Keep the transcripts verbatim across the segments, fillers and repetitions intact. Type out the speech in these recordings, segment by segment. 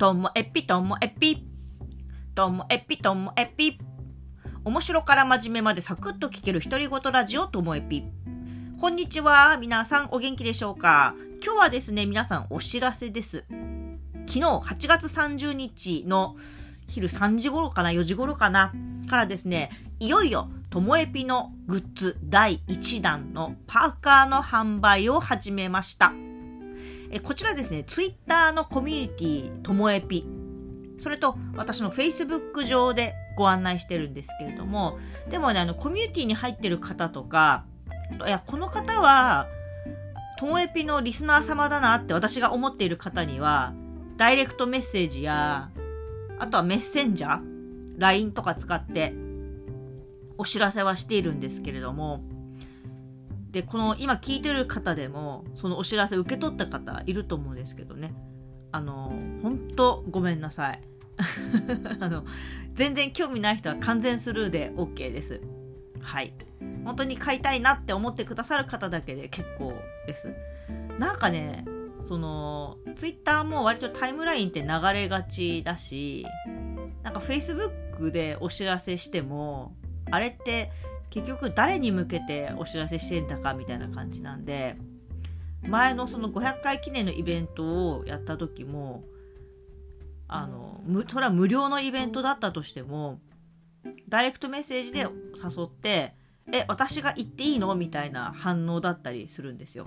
ともえぴともえぴともえぴともえぴ面白から真面目までサクッと聞ける独り言ラジオともえぴ。こんにちは、皆さんお元気でしょうか。今日はですね、皆さんお知らせです。昨日はちがつさんじゅうにちの昼さんじ頃かなよじ頃かなからですね、いよいよともえぴのグッズだいいちだんのパーカーの販売を始めました。えこちらですね、ツイッターのコミュニティともえぴ、それと私のフェイスブック上でご案内してるんですけれども、でもね、あのコミュニティに入ってる方とか、いやこの方はともえぴのリスナー様だなって私が思っている方にはダイレクトメッセージや、あとはメッセンジャー ライン とか使ってお知らせはしているんですけれども、でこの今聞いてる方でもそのお知らせ受け取った方いると思うんですけどね、あの本当ごめんなさいあの全然興味ない人は完全スルーで OK です。はい、本当に買いたいなって思ってくださる方だけで結構です。なんかね、そのツイッターも割とタイムラインって流れがちだし、なんかフェイスブックでお知らせしてもあれって結局誰に向けてお知らせしてんだかみたいな感じなんで、前のそのごひゃっかい記念のイベントをやった時も、あのそれは無料のイベントだったとしてもダイレクトメッセージで誘ってえ私が行っていいのみたいな反応だったりするんですよ。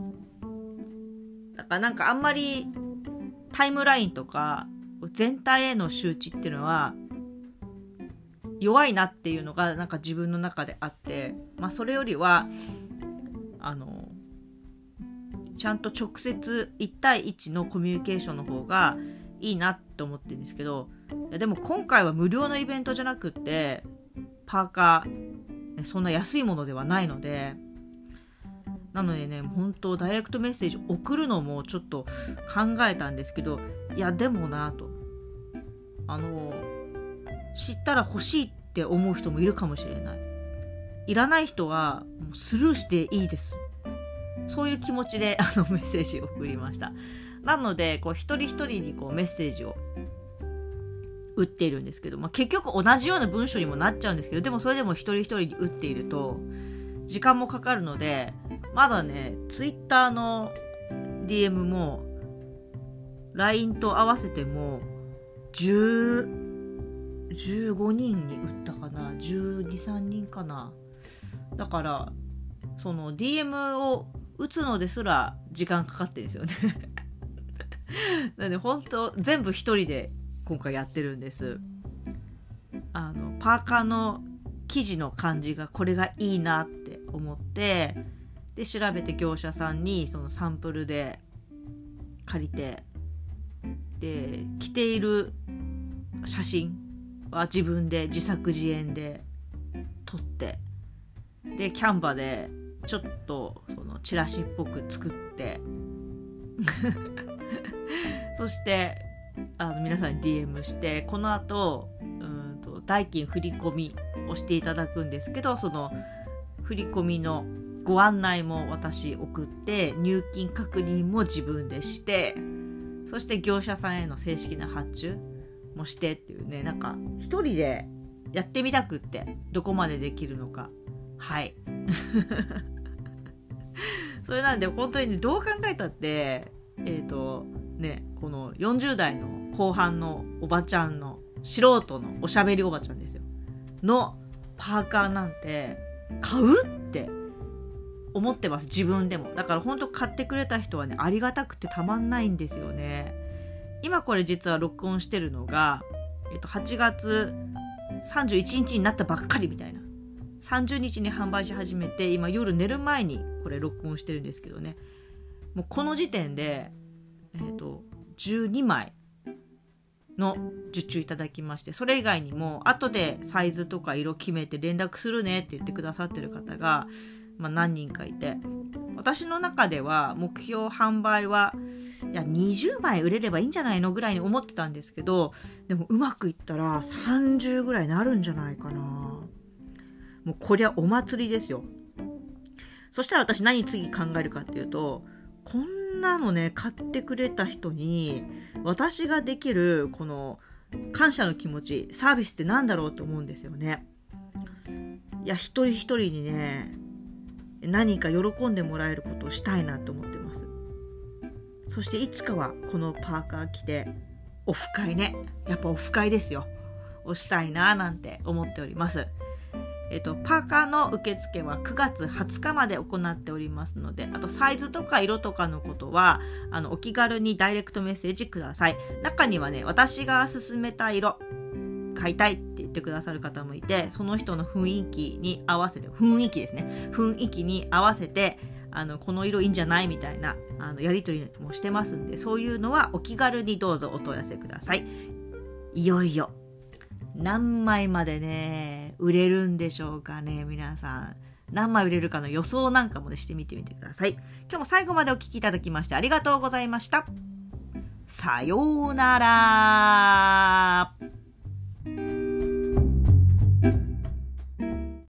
だからなんかあんまりタイムラインとか全体への周知っていうのは弱いなっていうのがなんか自分の中であって、まあそれよりはあのちゃんと直接いち対いちのコミュニケーションの方がいいなって思ってるんですけど、いやでも今回は無料のイベントじゃなくってパーカーそんな安いものではないので、なのでね、本当ダイレクトメッセージ送るのもちょっと考えたんですけど、いやでもなと、あの知ったら欲しいって思う人もいるかもしれない。いらない人はもうスルーしていいです。そういう気持ちであのメッセージを送りました。なのでこう一人一人にこうメッセージを打っているんですけど、まあ、結局同じような文章にもなっちゃうんですけど、でもそれでも一人一人に打っていると時間もかかるので、まだねツイッターの ディーエム も ライン と合わせてもじゅうじゅうごにんに打ったかな、じゅうに、さんにんかな。だからその ディーエム を打つのですら時間かかってるんですよねなので本当全部一人で今回やってるんです。あのパーカーの生地の感じがこれがいいなって思って、で調べて業者さんにそのサンプルで借りて、で着ている写真は自分で自作自演で撮って、でキャンバでちょっとそのチラシっぽく作ってそしてあの皆さんに ディーエム して、この後うんと代金振り込みをしていただくんですけど、その振り込みのご案内も私送って、入金確認も自分でして、そして業者さんへの正式な発注もしてっていうね、なんか一人でやってみたくって、どこまでできるのか、はいそれなんで本当にね、どう考えたってえっとね、このよんじゅう代の後半のおばちゃんの素人のおしゃべりおばちゃんですよのパーカーなんて買うって思ってます、自分でも。だから本当買ってくれた人はね、ありがたくてたまんないんですよね。今これ実は録音してるのが、えっと、はちがつさんじゅういちにちになったばっかりみたいな、さんじゅうにちに販売し始めて、今夜寝る前にこれ録音してるんですけどね、もうこの時点でえーと、じゅうにまいの受注いただきまして、それ以外にも後でサイズとか色決めて連絡するねって言ってくださってる方が、まあ、何人かいて、私の中では目標販売はいやにじゅうまい売れればいいんじゃないのぐらいに思ってたんですけど、でもうまくいったらさんじゅうぐらいになるんじゃないかな。もうこりゃお祭りですよ。そしたら私何次考えるかっていうと、こんなのね買ってくれた人に私ができるこの感謝の気持ち、サービスってなんだろうと思うんですよね。いや、一人一人にね何か喜んでもらえることをしたいなと思ってます。そしていつかはこのパーカー着てオフ会ね、やっぱオフ会ですよをしたいななんて思っております。えっと、パーカーの受付はくがつはつかまで行っておりますので、あとサイズとか色とかのことはあのお気軽にダイレクトメッセージください。中にはね、私が勧めた色買いたいって言ってくださる方もいて、その人の雰囲気に合わせて、雰囲気ですね、雰囲気に合わせてあのこの色いいんじゃないみたいなあのやり取りもしてますんで、そういうのはお気軽にどうぞお問い合わせください。いよいよ何枚までね売れるんでしょうかね。皆さん何枚売れるかの予想なんかもねしてみてみてください。今日も最後までお聞きいただきましてありがとうございました。さようなら。